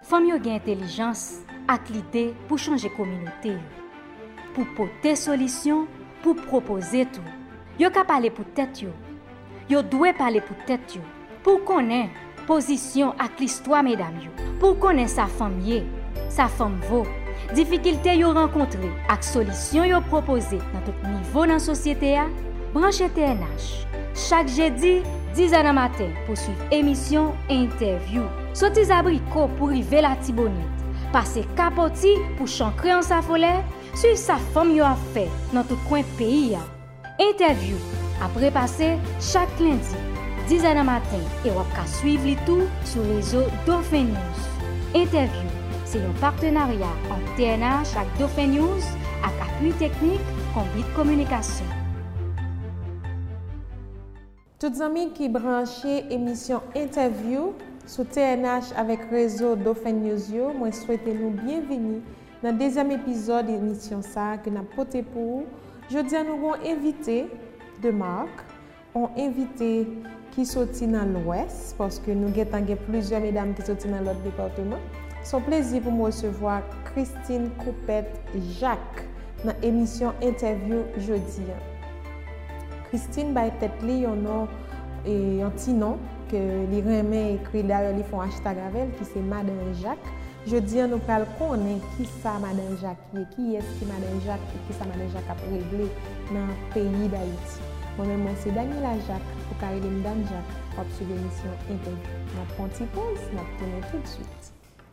Femme yo gen intelligence ak l'idée pour changer communauté, pour porter solution, pour proposer tout. Yo ka parler pour tête yo. Yo doit parler pour tête yo, pour connaître position ak l'histoire mesdames yo, pour connaître sa famille, sa femme vaut, difficulté yo rencontré ak solution yo proposé dans tout niveau dans société a. Branchez TNH chaque jeudi 10h du matin pour suivre émission interview. Sorti abricot pour river la Tibonite. Passer Capoti pour chancrer en sa folie. Suivre sa femme yo a fait dans tout coin pays a. Interview après passer chaque lundi 10h du matin et vous pouvez suivre les tout sur les réseaux Dauphin News. Interview, c'est un partenariat entre TNH et Dauphin News avec appui technique Combit Communication. Toutes les amis qui branchent émission interview sur TNH avec réseau Dauphin News, moi souhaite nous bienvenue dans le deuxième épisode de l'émission que nous avons porté pour vous. Jeudi, nous avons invité de marque, on invité qui sorti dans l'Ouest parce que nous avons plusieurs mesdames qui sortent dans l'autre département. C'est un plaisir pour moi recevoir Christine Coupette Jacques dans l'émission interview jeudi. Christine ba tête li un nom et un petit nom que les remet écrit d'ailleurs ils font hashtag avec qui c'est Madame Jacques. Jeudi nous parlons connaître qui ça Madame Jacques qui est qui Madame Jacques et qui ça Madame Jacques a réglé dans le pays d'Haïti. Moi-même c'est Daniela Jacques pour carrer Madame Jacques pour suivre l'émission interview. On prend une petite pause, on retourne tout de suite.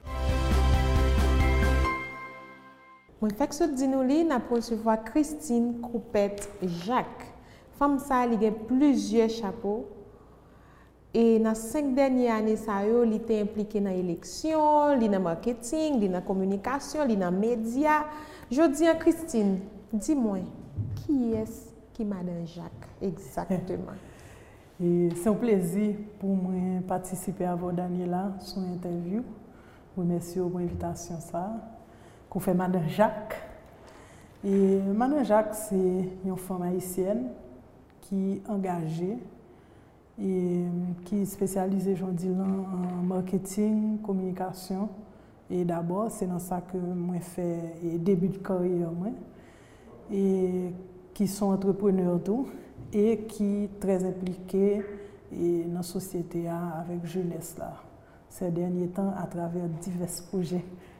Moi fait que ce dîner li n'a recevoir Christine Coupette Jacques. Femme ça a plusieurs chapeaux et dans 5 dernières années ça yo li était impliqué dans l'élection, li dans marketing, li dans communication, li dans médias. Jodi Christine, dis-moi qui est qui Madame Jacques exactement? C'est un plaisir pour moi participer à votre Daniela son interview. Remercie pour l'invitation ça qu'on fait Madame Jacques. Et Madame Jacques c'est une femme haïtienne qui est engagée et qui est spécialisée en marketing, communication. Et d'abord, c'est dans ça que moi fait début de carrière moi, et qui sont entrepreneurs tout et qui sont très impliqués dans la société avec jeunesse là. Ces derniers temps à travers divers projets.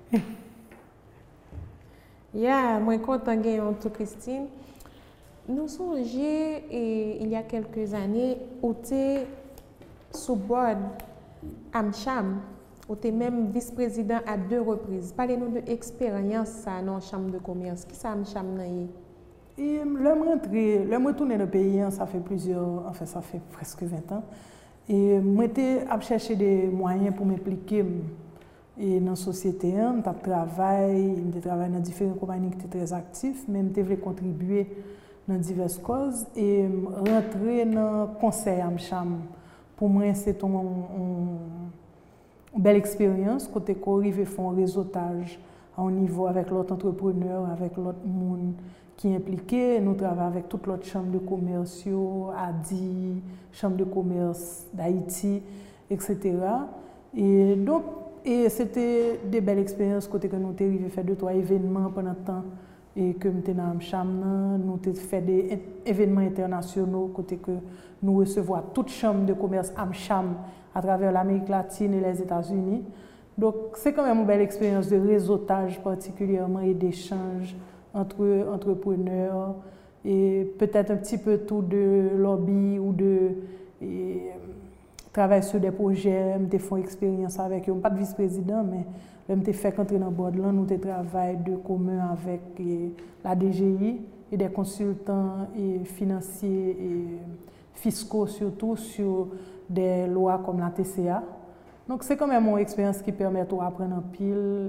Moi je suis content de tout Christine. Nous songeons il y a quelques années où tu es sous board AmCham, où tu es même vice-président à 2 reprises. Parlez-nous de l'expérience dans la chambre de commerce. Qui ça AmCham? Et le retourner dans le pays, ça fait ça fait presque 20 ans. Et moi j'étais à chercher des moyens pour m'impliquer dans la société. Je travaille dans différentes compagnies qui étaient très actives, même je voulais contribuer dans diverses causes et rentrer dans le conseil AmCham. Pour moi, c'est une belle expérience. Côté qu'on arrive à faire un réseautage à un niveau avec l'autre entrepreneur, avec l'autre monde qui est impliqué. Nous travaillons avec toute l'autre chambre de commerce, ADI, chambre de commerce d'Haïti, etc. Et donc, c'était des belles expériences côté que nous avons arrivé à faire 2-3 événements pendant le temps. Et que nous sommes dans AmCham, nous avons fait des événements internationaux, côté que nous recevons toute chambre de commerce AmCham à travers l'Amérique latine et les États-Unis. Donc, c'est quand même une belle expérience de réseautage particulièrement et d'échange entre entrepreneurs et peut-être un petit peu tout de lobby ou de travail sur des projets, nous avons fait une expérience avec eux, pas de vice-président, mais nous avons fait entrer dans le board, nous avons travaillé de commun avec la DGI et des consultants financiers et fiscaux, surtout sur des lois comme la TCA. Donc c'est quand même une expérience qui permet d'apprendre en pile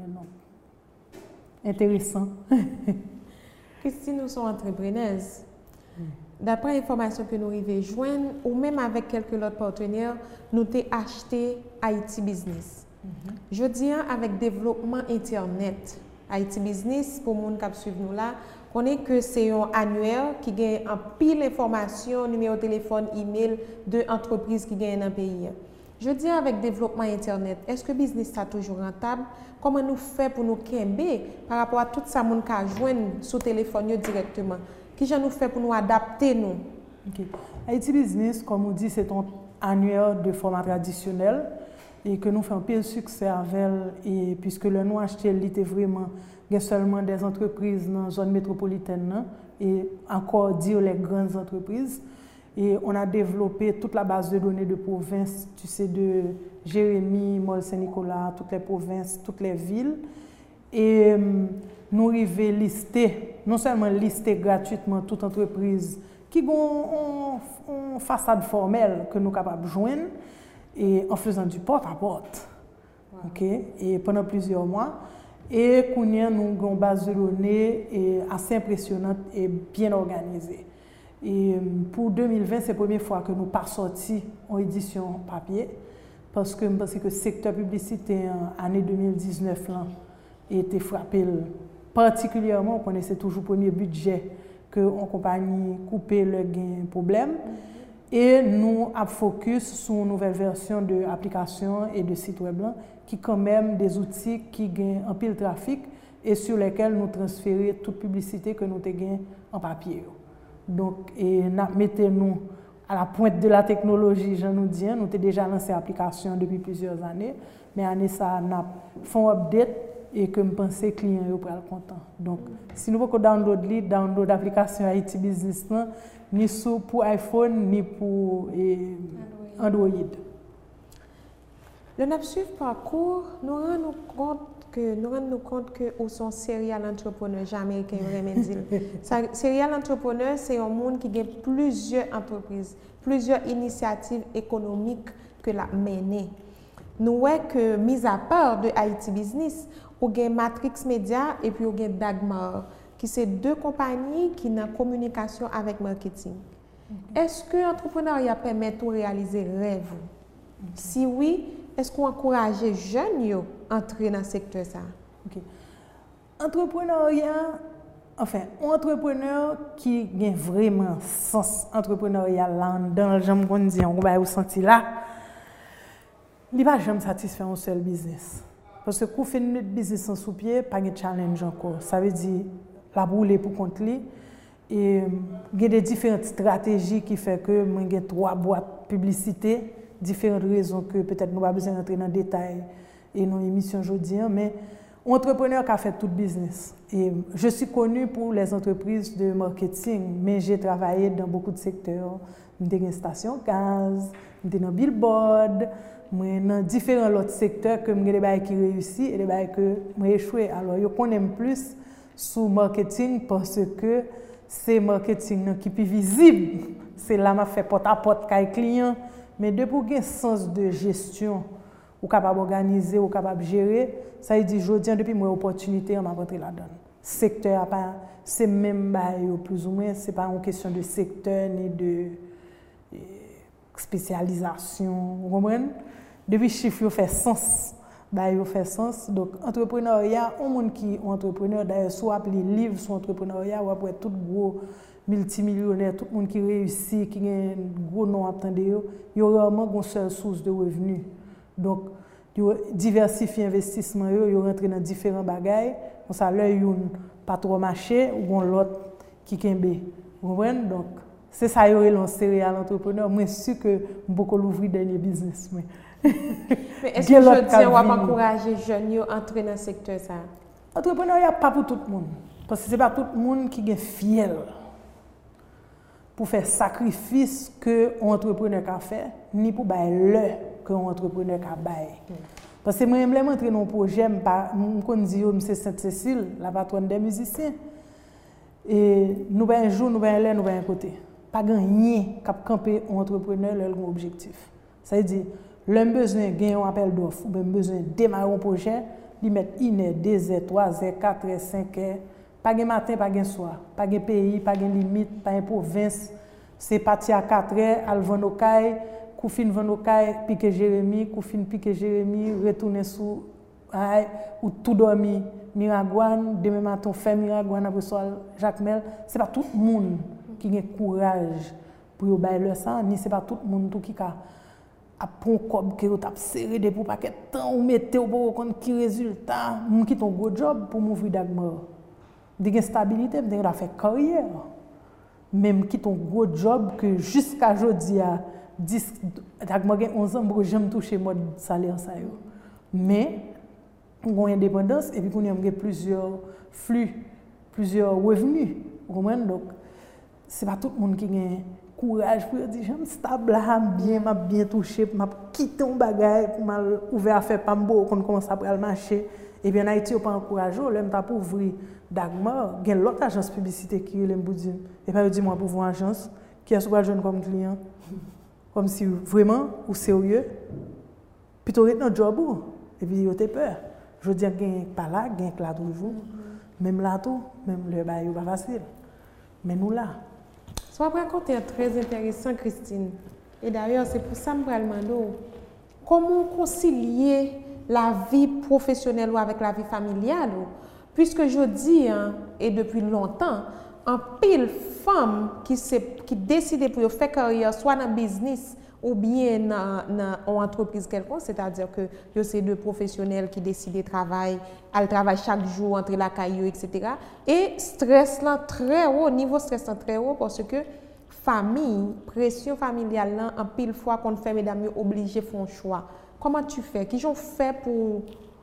et intéressant. Christine, nous sommes entrepreneuses. D'après l'information que nous arrivons à joindre, ou même avec quelques autres partenaires, nous avons acheté Haïti Business. Je dis avec le développement Internet, Haïti Business, pour les gens qui suivent nous là, on est que c'est un annuaire qui gagne en pile d'informations, numéro de téléphone, email de entreprises qui gagnent dans le pays. Je dis avec développement Internet, est-ce que le business est toujours rentable? Comment nous faisons pour nous quimber par rapport à tout ça qu'on a joindre sur téléphone directement? Qui nous fait pour nous adapter nous? Okay. Haïti Business, comme on dit, c'est un annuaire de format traditionnel et que nous faisons un succès avec, et puisque le nom acheté était vraiment, il y a seulement des entreprises dans la zone métropolitaine et encore dire les grandes entreprises. Et on a développé toute la base de données de province, tu sais, de Jérémy, Mol-Saint-Nicolas, toutes les provinces, toutes les villes. Et nous arrivons à lister, non seulement lister gratuitement toute entreprise qui a une façade formelle que nous sommes capables de joindre et en faisant du porte-à-porte. Wow. Okay? Et pendant plusieurs mois. Et nous avons une base de données assez impressionnante et bien organisée. Et pour 2020, c'est la première fois que nous ne sommes pas sortis en édition papier parce que je pense que le secteur publicitaire en année 2019 là, a été frappé particulièrement. On connaissait toujours le premier budget que la compagnie coupait le gain problème. Et nous avons focus sur une nouvelle version de l'application et de site web là, qui quand même des outils qui gagnent un pile trafic et sur lesquels nous transférons toute publicité que nous avons en papier. Donc, mettez-nous à la pointe de la technologie, je nous dis, nous avons déjà lancé l'application depuis plusieurs années, mais année ça, nous avons fait un update et que je pense que les clients sont contents. Donc, si nous pouvons download l'application Haïti Business, ni pour iPhone, ni pour Android. Le NAPSUIV parcours, nous rendons compte que nous sommes serial entrepreneurs, jamais qu'un vrai dire. Serial entrepreneur, c'est un monde qui a plusieurs entreprises, plusieurs initiatives économiques que la mené. Nous voyons que, mis à part de Haïti Business, on a Matrix Media et puis on a Dagmar, qui sont deux compagnies qui ont une communication avec marketing. Est-ce que l'entrepreneuriat permet de réaliser rêve? Si oui, est-ce qu'on encourage les jeunes à entrer dans ce secteur? Entrepreneuriat, enfin, un entrepreneur qui a vraiment sens entrepreneurial dans le genre qu'on dit, on va sentir là, il ne va jamais satisfaire un seul business. Parce que quand on fait notre business en sous-pied, pas de challenge encore. Ça veut dire la brûler pour compte lui. Et il y a des différentes stratégies qui font que moi j'ai 3 boîtes de publicité, différentes raisons que peut-être nous n'avons pas besoin d'entrer dans le détail et dans l'émission aujourd'hui, mais un entrepreneur qui a fait tout business. Et je suis connu pour les entreprises de marketing, mais j'ai travaillé dans beaucoup de secteurs. J'ai une station gaz, j'ai dans billboard, dans différents autres secteurs que j'ai des bails qui réussissent et des bails que j'ai échoué. Alors, je connais plus sur marketing parce que c'est marketing qui est plus visible. C'est là que je fais porte-à-porte avec les clients. Mais depuis qu'il y a un sens de gestion, ou capable d'organiser, ou capable de gérer, ça veut dire que depuis mon opportunité, on m'a rentré là-dedans. Secteur, c'est même plus ou moins, ce n'est pas une question de secteur ni de spécialisation. Vous comprenez? Depuis que le chiffre fait sens. Fait sens. Donc, entrepreneuriat, un monde qui est entrepreneur, d'ailleurs, soit les livres sur l'entrepreneuriat, ou après tout gros multimillionnaire, tout le monde qui réussit, qui a un gros nom à attendre, il y a vraiment une seule source de revenus. Donc, diversifier l'investissement, il rentre dans différents bagages. Comme ça, là, il n'y a pas trop marché, ou l'autre qui kembe. Vous comprenez? Donc, c'est ça, il y a lancé à l'entrepreneur. Moi, je suis sûr que je vais ouvrir le dernier business. Mais est-ce que je dis, on va encourager les jeunes à entrer dans ce secteur? L'entrepreneuriat, pas pour tout le monde. Parce que ce n'est pas tout le monde qui est fier pour faire sacrifice que l'entrepreneur a fait, ni pour le que l'entrepreneur a fait. Parce que moi, je suis entré dans un projet, je dis que c'est Sainte-Cécile, la patronne des musiciens. Et nous avons un jour, nous avons un nous avons un côté. Pas gagner cap camper un entrepreneur leur objectif. Ça veut dire l'homme besoin gagner un appel d'offres, ou même besoin démarrer un projet, lui mettre 1 heure, 2 heures, 3 heures, 4 heures, 5 heures, pas de matin, pas de soir, pas de pays, pas de limite, pas de province. C'est parti à 4 heures, al vendre au caille, Koufine vendre au caille, piquer Jérémy, Koufine piquer Jérémy, retourner sous ou tout dormir. Miragouane, demain matin, fait Miragouane, après soir, Jacques Mel. Ce n'est pas tout le monde qui a courage pour faire ça, ni ce n'est pas tout le monde qui a après un cob que vous avez serré des pour paquet de temps, ou mettez au pour qu'on qui résultat, moi qui ton gros job pour m'ouvrir Dagmar. Des stabilité, me faire carrière. Même qui ton gros job que jusqu'à aujourd'hui à 10 Dagmar 11 ans pour jamais toucher mode salaire ça yo. Mais on a une indépendance et puis on a plusieurs flux, plusieurs revenus. Vous comprenez? Donc c'est pas tout le monde qui a courage pour dire j'aime stable là bien touché m'a quitter un bagage pour mal ouvert à faire pambo quand commence à le marché et bien Haïti on pas encourager l'aime ta pour ouvrir Dagmar gagne l'autre agence publicité qui l'aime pour dire et pas dire moi pour voir agence qui est soit jeune comme client comme si vraiment ou sérieux plutôt notre job et puis yo te peur je dis gagne pas là gagne là toujours même là tout même le bail pas facile mais nous là. So, vous raconter un très intéressant, Christine. Et d'ailleurs, c'est pour ça que je me demande comment concilier la vie professionnelle avec la vie familiale. Puisque je dis, et depuis longtemps, en pile femmes qui décident pour faire carrière soit dans le business ou bien dans une entreprise quelconque, c'est-à-dire que c'est deux professionnels qui décident de travailler, elles travaillent chaque jour entre la caillou, etc. Et stress là très haut, niveau stress là très haut parce que famille, pression familiale là, en pile fois qu'on fait mesdames obligés font un choix. Comment tu fais? Qu'est-ce qu'on fait pour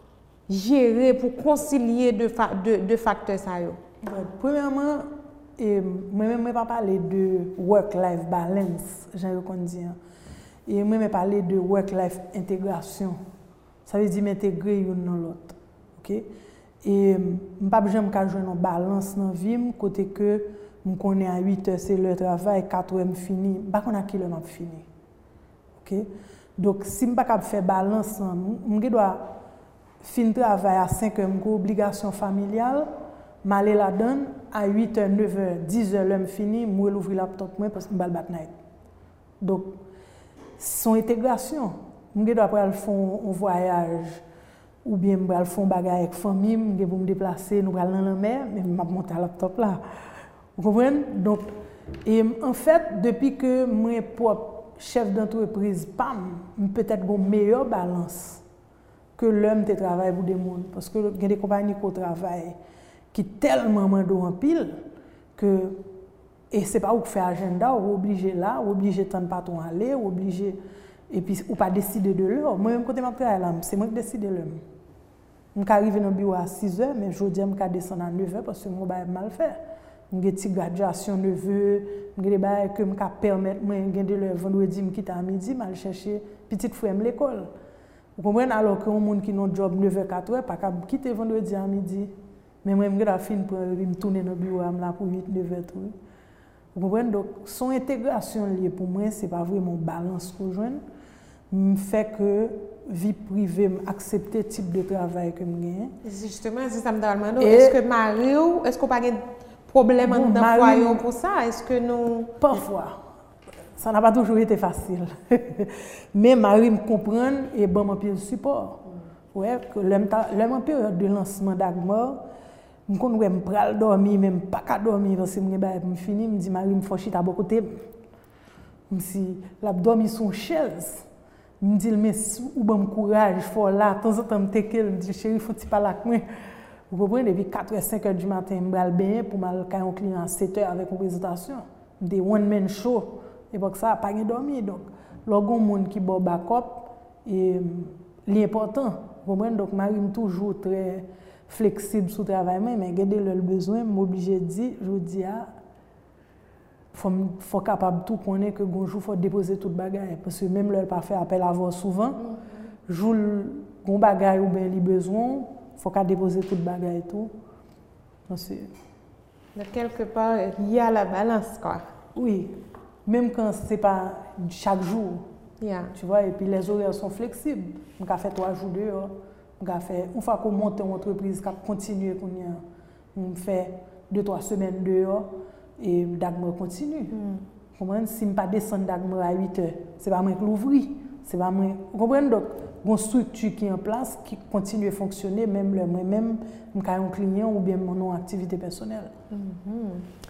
gérer, pour concilier deux facteurs ça yo? Premièrement, moi-même, je pas parler de work-life balance, j'ai dit. Et moi, je parler de work-life intégration. Ça veut dire m'intégrer l'une dans l'autre. OK? Et je ne pas jamais jouer une balance dans la vie, côté que je connais à 8 heures, c'est le travail, 4 heures, je finis. Je ne sais pas à quelle heure je finis. OK? Donc, si je ne peux pas faire balance, je dois finir le travail à 5 heures, j'ai une obligation familiale. M'aller la donne à 8h, 9h, 10h, l'homme fini, moi l'ouvrir laptop parce que je vais le battre. Donc, son intégration, je dois faire un voyage ou bien je dois faire un bagage avec la famille, je vais me déplacer, nous allons dans la mer, mais je vais monter le laptop là. Vous comprenez? Donc, et en fait, depuis que je suis propre chef d'entreprise, peut-être une meilleure balance que l'homme qui travaille pour des gens. Parce que il y a des compagnies qui travaillent qui tellement mandent en pile que et c'est pas où faire agenda ou obligé là ou obligé tant patron aller ou obligé et puis ou pas décider de l'heure moi même côté ma travail là c'est moi qui décide de l'heure on arrive dans le bureau à 6h mais je dis me descendre à 9h parce que mon bail mal faire on a petite graduation 9h on a des bail que me permettre moi gagner le vendredi me quitter à midi mal chercher petite frère l'école vous comprenez alors que un monde qui non job 9h 4h pas capable quitter vendredi à midi. Mais moi, je suis pour me tourner dans le bureau pour 8, 9 heures. Vous comprenez? Donc, son intégration liée pour moi, ce n'est pas vraiment balance que je me fait que vie privée, accepter le type de travail que je gagne. Justement, c'est ça que je me demande. Est-ce que Mario, est-ce qu'on n'a pas de problème dans le foyer pour ça? Est-ce que nous... Parfois. Ça n'a pas toujours été facile. Mais Marie me comprend et bon, mon pied support. Ouais, que l'homme en période de lancement d'Agmar, je ne peux pas dormir, même pas dormir parce que je finis, je me dis, Marie, je suis à beaucoup de temps. Je me dis, l'abdomen sont chaise. Je me dis, mais ou bon courage, il faut là, de temps en temps, je me dis, chérie, il faut que tu parles avec moi. Vous comprenez, depuis 4h, 5h du matin, je me bien pour aller un client à 7h avec une présentation. Des one-man show. Et pour ça, je n'ai pas dormi. Donc, il y a des gens qui ont backup et l'important. Vous comprenez, donc, Marie est toujours très flexible sur le travail, mais garder le besoin, m'obliger de dire, je dis, faut capable tout connaître que un jour faut déposer toute bagaille parce que même le pas faire appel à voix souvent, jour gon bagaille ou bien li besoin, faut qu'à déposer toute bagaille tout. Donc quelque part il y a la balance quoi. Oui, même quand c'est pas chaque jour. Yeah. Tu vois et puis les horaires sont flexibles. On a fait 3 jours dehors. Une fois qu'on monte une entreprise, qu'on continue, on fait 2-3 semaines dehors et Dagmar continue. Si je ne pas descendre Dagmar à 8 heures, ce n'est pas moi qui l'ouvre. C'est pas moi. Vous comprenez? Donc, une structure qui est en place, qui continue à fonctionner, même moi-même, je suis un client ou bien mon activité personnelle.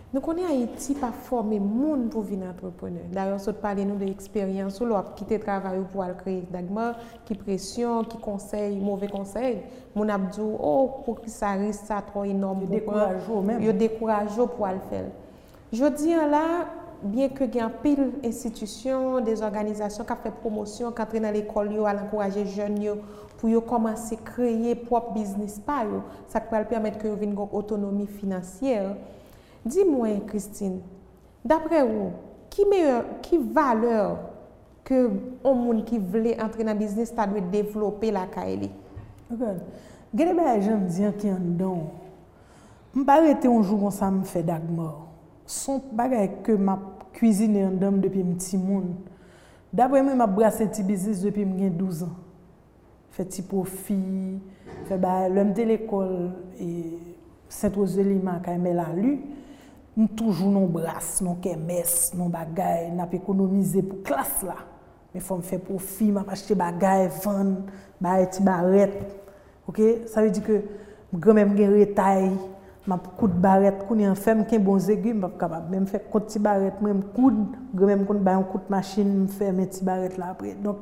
Nous connaissons Haïti pas former monde pour venir entrepreneur. D'ailleurs, ça parler nous de l'expérience ou l'op quitter travail pour aller créer Dagmar, qui pression, qui conseil, mauvais conseil. Mon abdou oh pour que ça risque ça trop énorme. Yo décourage pour le faire. Je dis là bien que il y a pile institutions, des organisations qui fait promotion, qui entraînent dans l'école yo à encourager jeunes yo pour yo commencer créer propre business pa yo. Ça peut permettre que yo vienne une autonomie financière. Dis-moi, Christine, d'après vous, qui valeur que un monde qui veut entrer dans le business doit développer la Kaili? Regarde, il y a des gens qui sont dedans. Je ne vais pas arrêter un jour comme ça, me fait Dagmar. Son bagay que ma cuisine en dame depuis un petit monde. D'après moi, je brasse un petit business depuis 12 ans. Fait petit profit, fait l'homme de l'école et Saint-Rose-de-Lima quand elle a lu. Nous toujours nos brasse, nos kermesse, nos bagailles, n'a économiser pour classe là. Mais faut me faire profit, m'a acheter bagailles, vendre, ba petit barrette. OK, ça veut dire que grand même gen retail, m'a coup de barrette, qu'on en femme qui bon aigu, m'a capable même faire compte petit barrette, même coup grand même qu'on ba un coup de machine, me faire mes petit barrette là après. Donc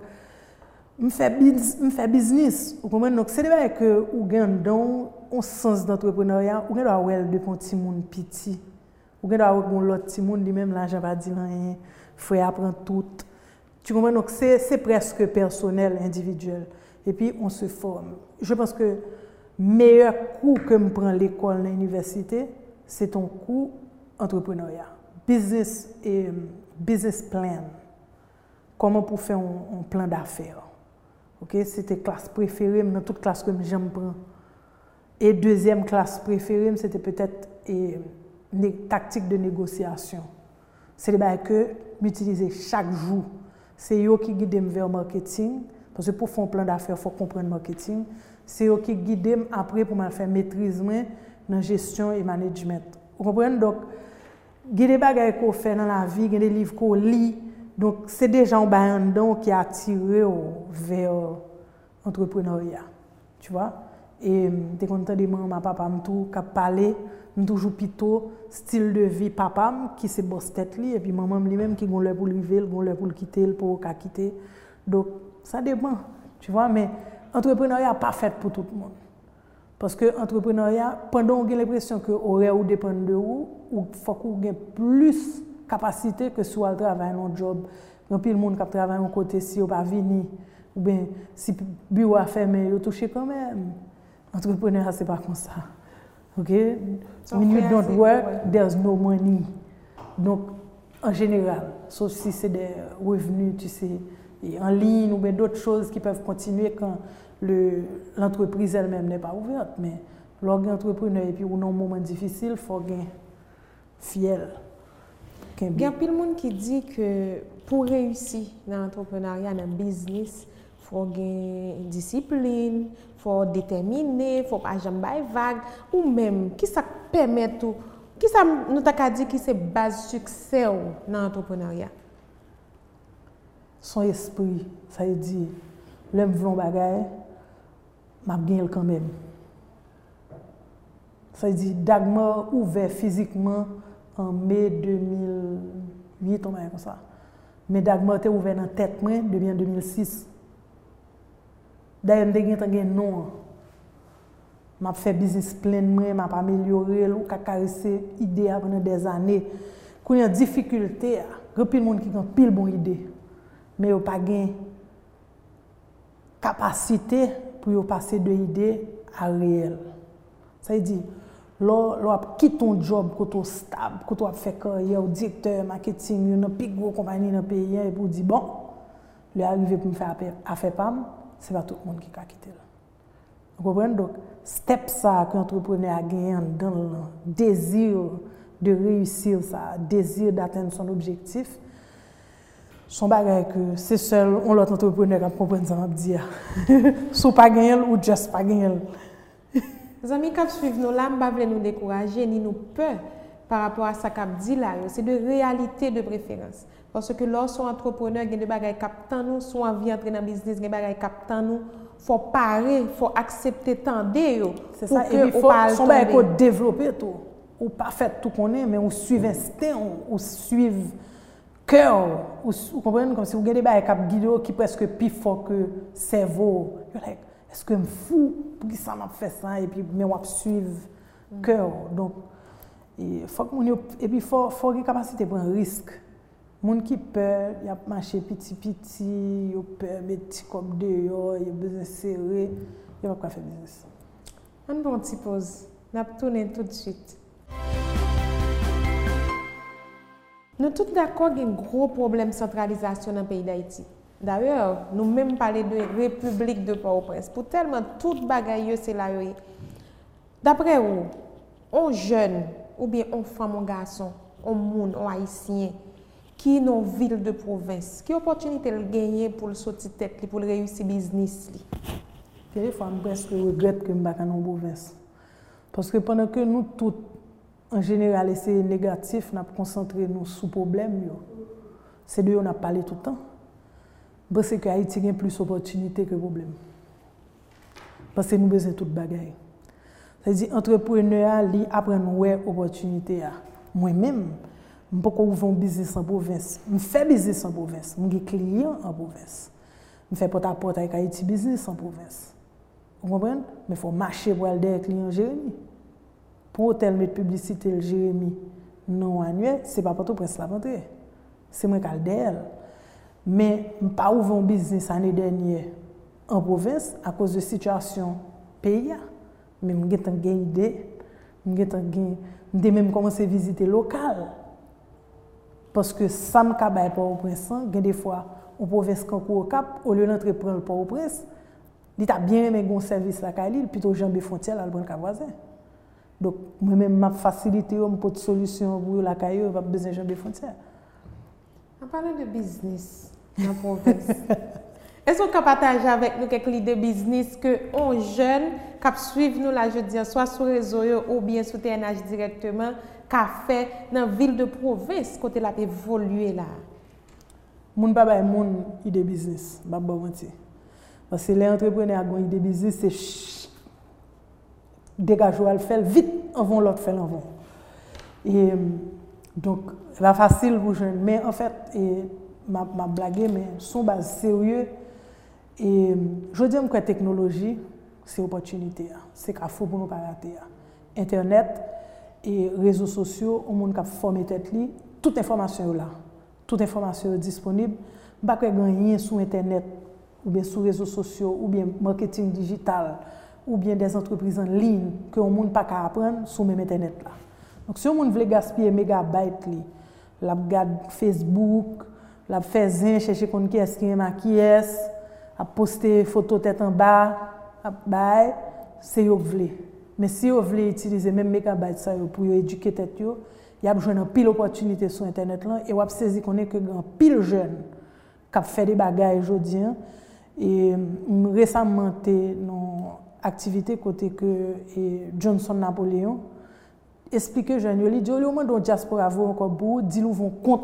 me fait business. Vous comprenez? Donc c'est vrai que ou gagne dans un sens d'entrepreneuriat, ou doit avoir de petit monde petit. Ou doit avoir l'autre petit monde lui-même l'argent va dire rien, faut apprendre tout. Tu comprends? Donc c'est presque personnel, individuel. Et puis on se forme. Je pense que le meilleur cours que me prend l'école dans l'université, c'est ton cours entrepreneuriat. Business et business plan. Comment pour faire un plan d'affaires. OK, c'était classe préférée dans toute classe que j'aime prendre. Et deuxième classe préférée, c'était peut-être tactique de négociation. C'est les bails que m'utiliser chaque jour. C'est eux qui guident vers le marketing parce que pour faire un plan d'affaires, il faut comprendre le marketing. C'est eux qui guident après pour me faire maîtrise dans la gestion et management. Vous comprenez? Donc, il y a des bagages qu'on fait dans la vie, il y a des livres qu'on lit. Donc, c'est des gens qui a attiré vers l'entrepreneuriat. Tu vois? Et je suis content de ma papa qui a parlé, toujours plutôt style de vie papa qui c'est boss tête li et puis maman lui-même qui gon l'heure pour lever, gon l'heure pour le quitter, pour quitter. Donc, ça dépend. Tu vois? Mais l'entrepreneuriat n'est pas fait pour tout le monde. Parce que l'entrepreneuriat, pendant qu'on a l'impression que horaire ou dépend de vous, il faut qu'on ait plus capacité que soit le travail dans un job. Donc, puis le monde qui travaille à côté, si on pas venir, ou bien si le bureau a fermé, il touche quand même. L'entrepreneuriat, ce n'est pas comme ça. OK? When you don't work, there's no money. Donc, en général, sauf si c'est des revenus, tu sais, en ligne ou bien d'autres choses qui peuvent continuer quand l'entreprise elle-même n'est pas ouverte. Mais l'entrepreneur, et puis ou dans un moment difficile, il faut être fier. Il y a plein de monde qui dit que pour réussir dans l'entrepreneuriat, dans le business, il faut avoir discipline, il faut déterminer, il ne faut pas jamais vague. Ou même, qui ça permet tout? Qui ça nous t'a dit qui c'est base succès dans l'entrepreneuriat? Son esprit, ça veut dire, l'homme veut un bagage, m'a gagné quand même. Ça veut dire, Dagmar ouvert physiquement en mai 2008, on va dire comme ça. Mais Dagmar était ouvert dans la tête depuis 2006. D'ailleurs, je n'ai pas de nom. Je fait business plan, je pas amélioré, je caressé l'idée pendant des années. Quand il y a des difficultés, il y a plein de monde qui ont pile bonne idée. Mais ils n'ont pas de capacité pour passer de l'idée à réel. Ça veut dire, lorsque tu quittes ton job, quand tu es stable, quand tu fais carrière, directeur marketing, une plus grosse compagnie dans le pays, et pour dire, bon, le arrivé pour me faire affaire PAM, ce n'est pas tout le monde qui a quitté. Vous comprenez? Donc, step ça que l'entrepreneur a gagné dans le désir de réussir, ça, désir d'atteindre son objectif, son bagage que c'est seul l'autre entrepreneur qui comprend ça, me dire. Soit pas gagner ou juste pas gagner. Les amis qui suivent nous là, je ne nous décourager ni nous peur par rapport à ça qu'a dit là, c'est de réalité de préférence. Parce que lorsqu'on est entrepreneur, il y a des bagages qui captent nous, soit envie d'entrer dans le business, il y a des bagages qui captent nous, il faut parer, il faut accepter tant d'eux. C'est ça, et il faut développer tout. ou pas fait tout qu'on est, mais on suit instinct, on suit cœur, vous comprenez, comme si vous avez des choses qui guident qui presque plus fort que cerveau. Like, est-ce que je me fous pour que ça m'a fait ça et puis mais on suivre cœur. Donc il faut que et puis faut avoir capacité de prendre un risque. Moun qui peur, il a marché petit, il a peur mettre petit comme dehors, il a besoin serré, il va pas faire business. On va une pause. On va tourner tout de suite. Nous sommes tous d'accord qu'il y a un gros problème de centralisation dans le pays d'Haïti. D'ailleurs, nous même parlé de République de Port-au-Prince. Pour tellement toute bagaille, c'est là. D'après vous, un jeune, ou bien un femme, un garçon, un monde, un haïtien, qui est dans une ville de province, quelle opportunité il gagne pour le sortir tête, pour le réussir business? Des fois, je presque regrette que je ne suis pas dans province. Parce que pendant que nous tous, en général, c'est négatif, nous concentré nous sur le problème. C'est de nous on a parlé tout le temps. Parce que Haïti a plus d'opportunités que de problèmes. Parce que nous avons besoin de toute bagaille. C'est-à-dire, entrepreneur, il apprend des opportunités. Moi-même, je ne peux pas ouvrir un business en province. Je fais business en province. Je suis client en province. Je fais porte-à-porte avec Haïti Business en province. Vous comprenez? Mais il faut marcher pour aller des clients Jérémy. Pour hôtel mettre publicité le Jérémy non annuel, ce n'est pas pour Prince la rentrée. C'est moi qui ai d'elle. Mais je n'ai pas ouvert un business l'année dernière en province à cause de la situation pays. Mais je n'ai une idée. Je même commencé à visiter local. Parce que ça me cabaye pas au prince, des fois, on province au Cap, au lieu d'entrer prendre le Port-au-Prince, il a bien aimé un service à Kaili, plutôt jambe frontière à le voisin. Donc, moi-même, je facilite, je peux de solution pour la Kaili, je pas besoin de jambe frontière. En parlant de business dans la province, est-ce qu'on peut partager avec nous quelques idées de business que on jeune qui suivent nous là, je dis, soit sur les réseaux ou bien sur TNH directement, qu'a fait dans la ville de province, côté la évoluer là? Mon papa est mon idée business, pas bon mentir. Parce que les entrepreneurs ont une idée business, c'est dégage à le faire vite avant l'autre faire avant. Et donc c'est pas facile pour jeunes, mais en fait m'a blagué mais son base sérieux et je dis que la technologie c'est opportunité, c'est qu'il faut pour nous pas rater. Internet et réseaux sociaux, au monde qui a formé tête li, toute information là. Toute information est disponible. Pas que gagner sur internet ou bien sur réseaux sociaux ou bien marketing digital ou bien des entreprises en ligne que on monde pas qu'à apprendre sur même internet là. Donc si on veut gaspiller mégabytes li, la regarde Facebook, la fait zin chercher kon qui est maquillesse, a poster photo tête en bas, a bail, c'est yo vle. Mais si vous voulez utiliser même mégabytes ça pour éduquer tête yo, il y a besoin de pile opportunité sur internet là et vous avez saisi qu'on est que grand pile jeune qui fait des bagages aujourd'hui et récemment té non activité côté que Johnson Napoléon expliquer jeune yo li dit au moins dans diaspora vous encore pour dit nous vont compte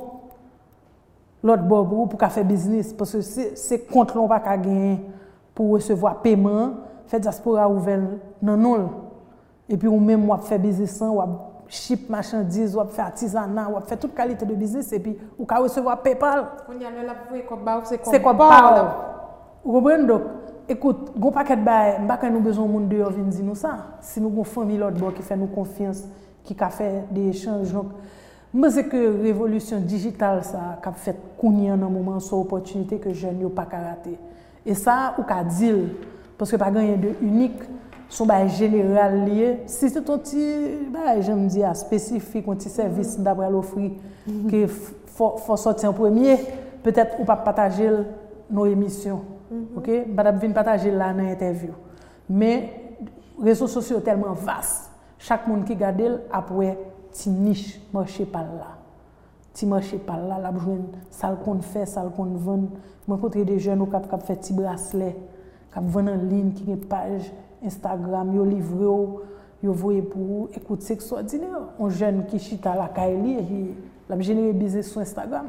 l'autre bord pour faire business parce que c'est compte l'on pas ka gagner pour recevoir paiement fait diaspora ouvert non non et puis ou même moi faire business ou ship marchandises, ou faire artisanat, ou faire toute qualité de business et puis ou ka recevoir PayPal. On y a là pour c'est comme PayPal. Vous comprenez donc écoute, gon paquet de bail, m'pa nous besoin monde dehors vinn dire nous ça. Si nous gon famille l'autre bord qui fait nous confiance, qui a fait des échanges donc moi c'est que révolution digitale ça qu'a fait kounya dans moment so opportunité que jeunes yo pas rater. Et ça ou ka dire parce que pas gagner de unique son bail général lié si c'est ton petit bail j'aime dire spécifique un petit service d'après l'offrir que faut sortir en premier peut-être ou pas partager nos émissions OK pas venir partager là dans interview mais réseaux sociaux tellement vastes chaque monde qui regarde après petit niche marché par là petit marché par là la joindre ça qu'on fait ça qu'on vend rencontrer des jeunes qui fait petit bracelet qui vend en ligne qui une page Instagram, yo livre yo voyez pour écoute c'est extraordinaire un jeune qui chita la Kaili et la générer business sur Instagram.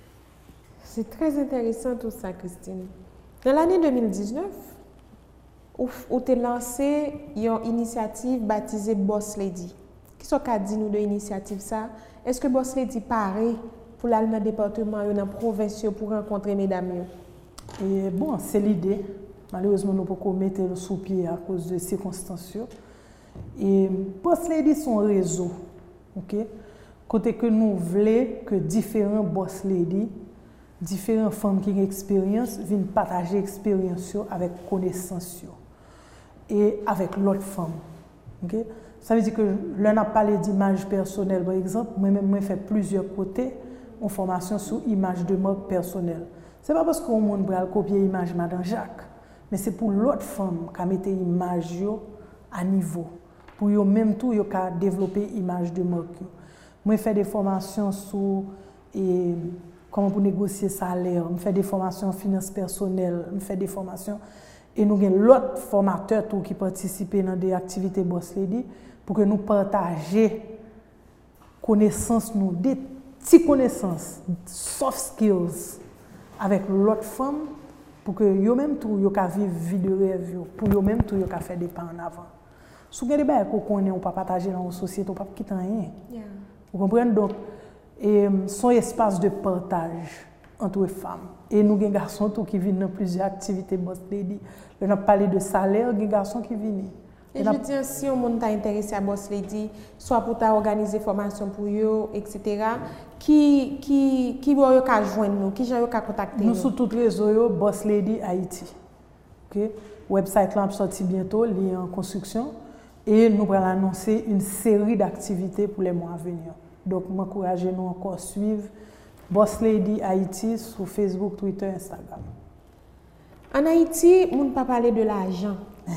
C'est très intéressant tout ça Christine. Dans l'année 2019 ou te lancé une initiative baptisée Boss Lady. Qu'est-ce que tu dit nous de l'initiative ça? Est-ce que Boss Lady paraît pour aller dans le département ou dans la province pour rencontrer mesdames? Et bon, c'est l'idée. Malheureusement, nous ne pouvons pas mettre le sous-pied à cause de circonstances. Et Boss Lady, son réseau. OK? Côté que nous voulons que différents Boss Lady, différentes femmes qui ont expérience, viennent partager l'expérience avec connaissance et avec l'autre femme. Okay? Ça veut dire que l'on a parlé d'image personnelle, par exemple. Moi-même, j'ai fait plusieurs côtés en formation sur image de marque personnelle. Ce n'est pas parce qu'on va copier l'image de Madame Jacques, mais c'est pour l'autre femme qui a mis l'image à niveau. Pour eux même tout, ils ont développé l'image de marque. Moi, je fais des formations sur comment pour négocier salaire, je fais des formations en finances personnelles, je fais des formations. Et nous avons l'autre formateur qui participent dans des activités Boss Lady pour que nous partagions connaissances, des petites connaissances, soft skills avec l'autre femme pour que eux-mêmes tout yo ka vivre vie de rêve pour eux-mêmes tout yo ka faire des pas en avant. Si vous avez des choses qu'on connaît, on ne peut pas partager dans la société, on ne peut pas quitter rien. Yeah. Vous comprenez? Donc, son espace de partage entre les femmes. Et nous avons des garçons qui viennent dans plusieurs activités Boss Lady. On a parlé de salaire, des garçons qui viennent. Et je dis, si on est intéressé à Boss Lady, soit pour organiser des formations pour eux, etc., qui va joindre nous, qui va contacter nous? Nous sur tous les réseaux, Boss Lady Haïti. Okay? Website là sorti bientôt, il est en construction. Et nous allons annoncer une série d'activités pour les mois à venir. Donc, m'encouragez-nous encore à suivre Boss Lady Haïti sur Facebook, Twitter, Instagram. En Haïti, on ne peut pas parler de l'argent.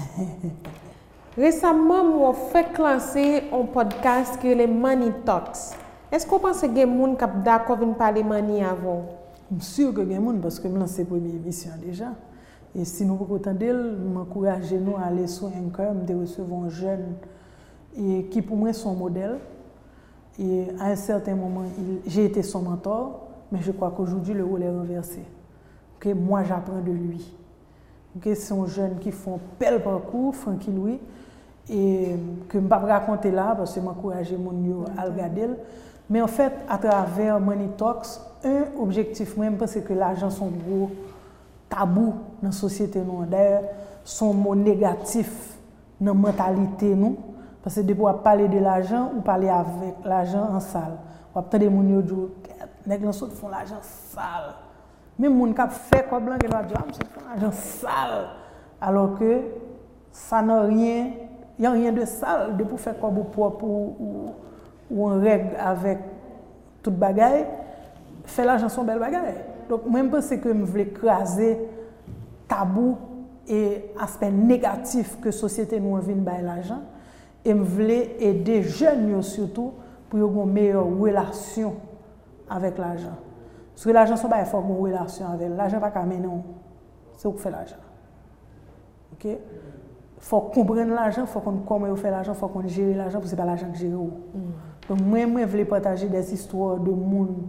Récemment, on fait lancer un podcast qui est les Money Talks. Est-ce qu'on pense que les gens qui sont d'accord de parler de money avant? Je suis sûr que les gens, parce que c'est la première émission déjà. Et si nous pouvons entendre, m'encouragez-nous à aller sur Anchor, de recevoir un jeune et qui pour moi son modèle. Et à un certain moment, j'ai été son mentor, mais je crois qu'aujourd'hui, le rôle est renversé. Okay? Moi, j'apprends de lui. Okay? C'est un jeune qui fait un bel parcours, Frankie Louis, et que je ne vais pas raconter là, parce que je m'encourage à le regarder. Mais en fait, à travers Money Talks, un objectif, moi, je pense que l'argent est un gros tabou dans la société. D'ailleurs, son mot négatif dans la mentalité. Nous. Parce que depuis on parler de l'argent ou parler avec l'argent en salle. On entend des gens qui disent font l'argent sale. Même les gens qui fait quoi blanc, ils vont dire que font l'argent sale. Alors que ça n'a rien, il n'y a rien de sale. Depuis faire quoi propre ou en règle avec toute bagaille, faire l'argent son belle bagaille. Donc moi je pense que je veux écraser tabou et aspect négatif que la société nous envie de l'argent. Et je voulais aider les jeunes surtout pour avoir une meilleure relation avec l'argent. Parce que l'argent, c'est pas faut une relation avec l'argent. Pas qu'à mener, c'est où fait l'argent. OK? Il faut comprendre l'argent, il faut qu'on comment on fait l'argent, il faut qu'on gère l'argent, parce que ce n'est pas l'argent que gère. Donc moi, je voulais partager des histoires de monde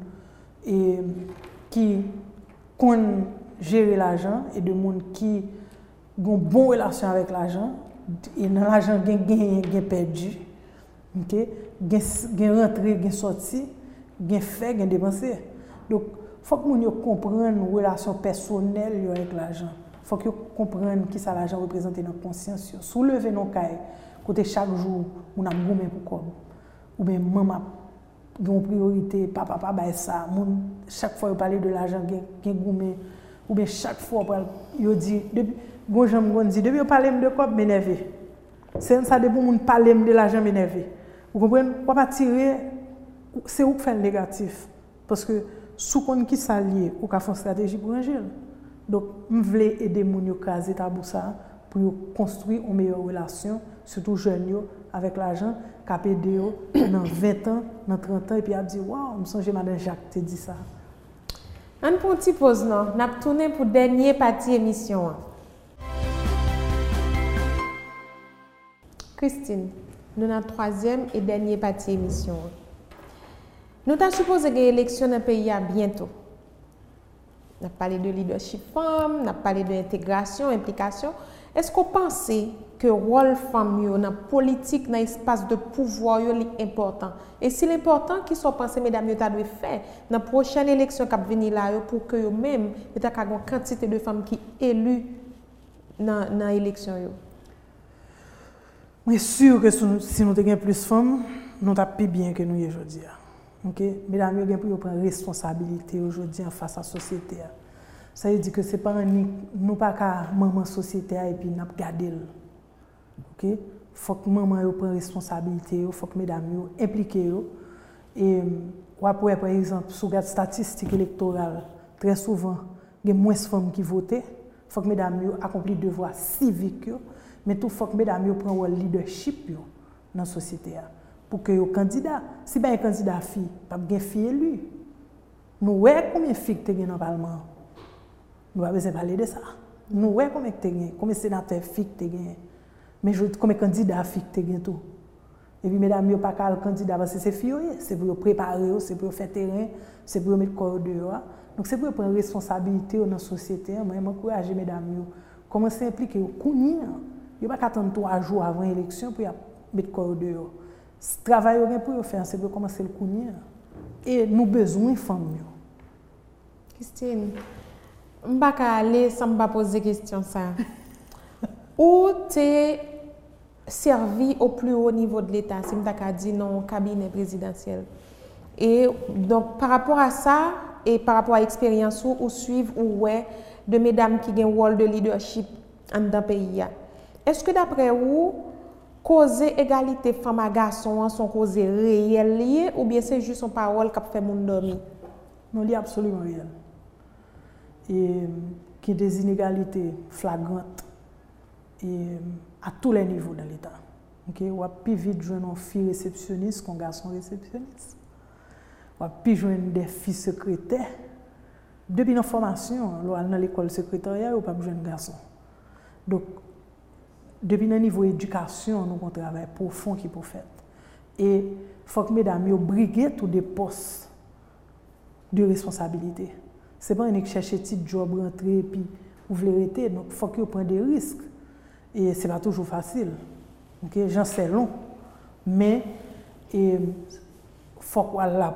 qui connaissent gérer l'argent et de monde qui ont une bonne relation avec l'argent. Et dans l'argent, il y a perdu, il y a rentré, il y a sorti, il y a fait, il y a dépensé. Donc, il faut que nous comprenions une relation personnelle avec l'argent. Il faut que nous comprenions qui ça l'argent représente dans la conscience. Soulever nos cailles, côté chaque jour, on a gommé pour quoi. Ou bien maman, il y a une priorité, papa, ça. Chaque fois, il parle de l'argent, il y a gommé. Ou bien chaque fois, il dit, depuis on parle de quoi m'énerver. C'est ça depuis on parle de l'argent m'énerver. Vous comprenez? On pas tirer c'est où faire le négatif parce que sous compte qui s'allier ou qu'a faire stratégie pour ranger. Donc je voulais aider mon yo caser tabou ça pour construire une meilleure relation surtout jeunes avec l'argent qu'a aider dans 20 ans, dans 30 ans et puis a dit waouh, me songe madame Jacques te dit ça. On prend une petite pause non, n'a tourner pour dernière partie émission. Christine, nous avons la troisième et dernière partie émission. Nous avons supposé que l'élection dans le pays bientôt. Nous avons parlé de leadership femme, nous avons parlé d'intégration, implication. Est-ce qu'on pense que le rôle femme dans la politique, dans l'espace de pouvoir, est important? Et si l'important, qui sont pensés, mesdames, vous devez faire dans la prochaine élection qui va venir là, pour que vous-même, vous ayez une quantité de femmes qui sont élues dans l'élection? Je suis sûr que si nous avons plus de femmes, nous avons plus bien que nous aujourd'hui. Okay? Mesdames, vous devez prendre responsabilité aujourd'hui face à la société. Ça veut dire que ce n'est pas nous pas qu'à maman société et puis nous garder. OK? Il faut que maman prenne responsabilité, il faut que mesdames impliquées. Et par exemple, sur les statistiques électorales, très souvent, il y a moins de femmes qui votent. Il faut que mesdames accomplissent des devoirs civiques, mais tout faut que mesdames prennent le leadership dans la société. Pour que les candidats, si bien un candidat fille, pas de fille élue. Nous voyons combien de filles dans le Parlement. Nous avons besoin de parler de ça. Nous voyons combien de sénateurs filles tu gagné. Mais combien de candidats filles tu gagné tout. Et puis, mesdames, il n'y a pas qu'un candidat parce que c'est filles, c'est pour préparer, c'est pour faire terrain, c'est pour mettre le corps dehors. Donc, c'est pour prendre responsabilité dans la société. Moi, j'encourage mesdames, commencer à impliquer. Il n'y a pas qu'à attendre 3 jours avant l'élection pour mettre le corps dehors. Ce travail pour faire, c'est pour commencer le courir. Et nous avons besoin de femmes. Christine, je ne vais pas aller sans me poser des questions. Où tu es servi au plus haut niveau de l'État, si je dit non, cabinet présidentiel. Et donc, par rapport à ça, et par rapport à l'expérience où suivre ou ouais, de mesdames qui ont un rôle de leadership dans le pays, est-ce que d'après vous, causer égalité femme à garçon sont causées réelles liées ou bien c'est juste une parole qui fait mon dormir? Non, c'est absolument réel. Et qui y a des inégalités flagrantes et à tous les niveaux dans l'État. Okay? On va plus vite joindre une fille réceptionniste qu'un garçon réceptionniste. On va plus joindre des filles secrétaires. Depuis notre formation, dans l'école secrétariat, on ne peut pas joindre un garçon. Donc, depuis le niveau éducation, nous avons un travail profond qui est pour faire. Et il faut que mesdames briguent tous des postes de responsabilité. Ce n'est pas un chercher un petit job, rentrer et puis ouvrir l'été. Donc, il faut qu'ils prennent des risques. Et ce n'est pas toujours facile. Okay? J'en sais long. Mais il faut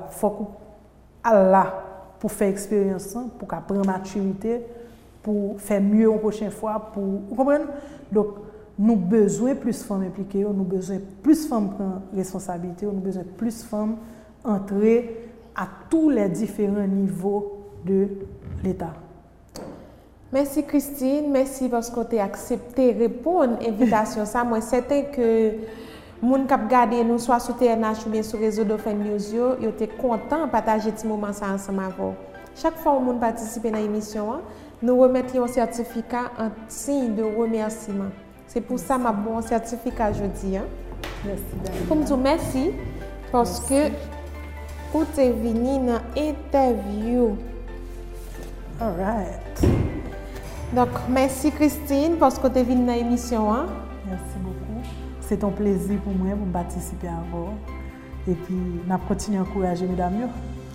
qu'Allah pour faire expérience, pour prendre maturité, pour faire mieux la prochaine fois. Vous comprenez? Donc, nous avons besoin de plus de femmes impliquées, nous avons besoin de plus de femmes prendre responsabilité, nous avons besoin de plus de femmes entrer à tous les différents niveaux de l'État. Merci Christine, merci parce que tu as accepté de répondre à l'invitation. Moi, c'est certain que les gens qui regardent nous, soit sur TNH ou bien sur le réseau d'Offen News, ils étaient contents de partager ce moment ensemble avec vous. Chaque fois que nous participons à l'émission, nous remettons un certificat en signe de remerciement. C'est pour ça que je bon certificat aujourd'hui. Merci. Pour me dire merci parce que vous êtes venu dans l'interview. All right. Donc, merci Christine parce que tu es venue dans l'émission. Merci beaucoup. C'est un plaisir pour moi de participer à vous. Et puis, nous continuons à encourager mesdames.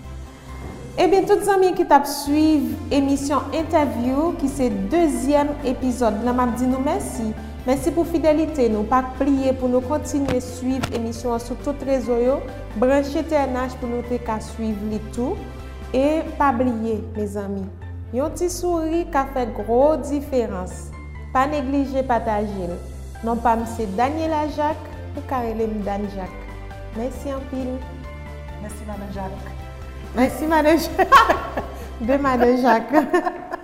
Eh bien, tous les amis qui t'ont suivi l'émission Interview, qui c'est le 2e épisode, je vous dis merci. Merci pour la fidélité. Nous pas plier pour nous continuer à suivre l'émission sur tous les réseaux. Branchez TNH pour nous suivre les tout. Et pas oublier, mes amis, un petit sourire qui fait grosse différence. Pas négliger partager. Non pas M. Daniela Jacques ou Karelem Dan Jacques. Merci en pile. Merci Madame Jacques. Merci Madame Jacques. De Madame Jacques.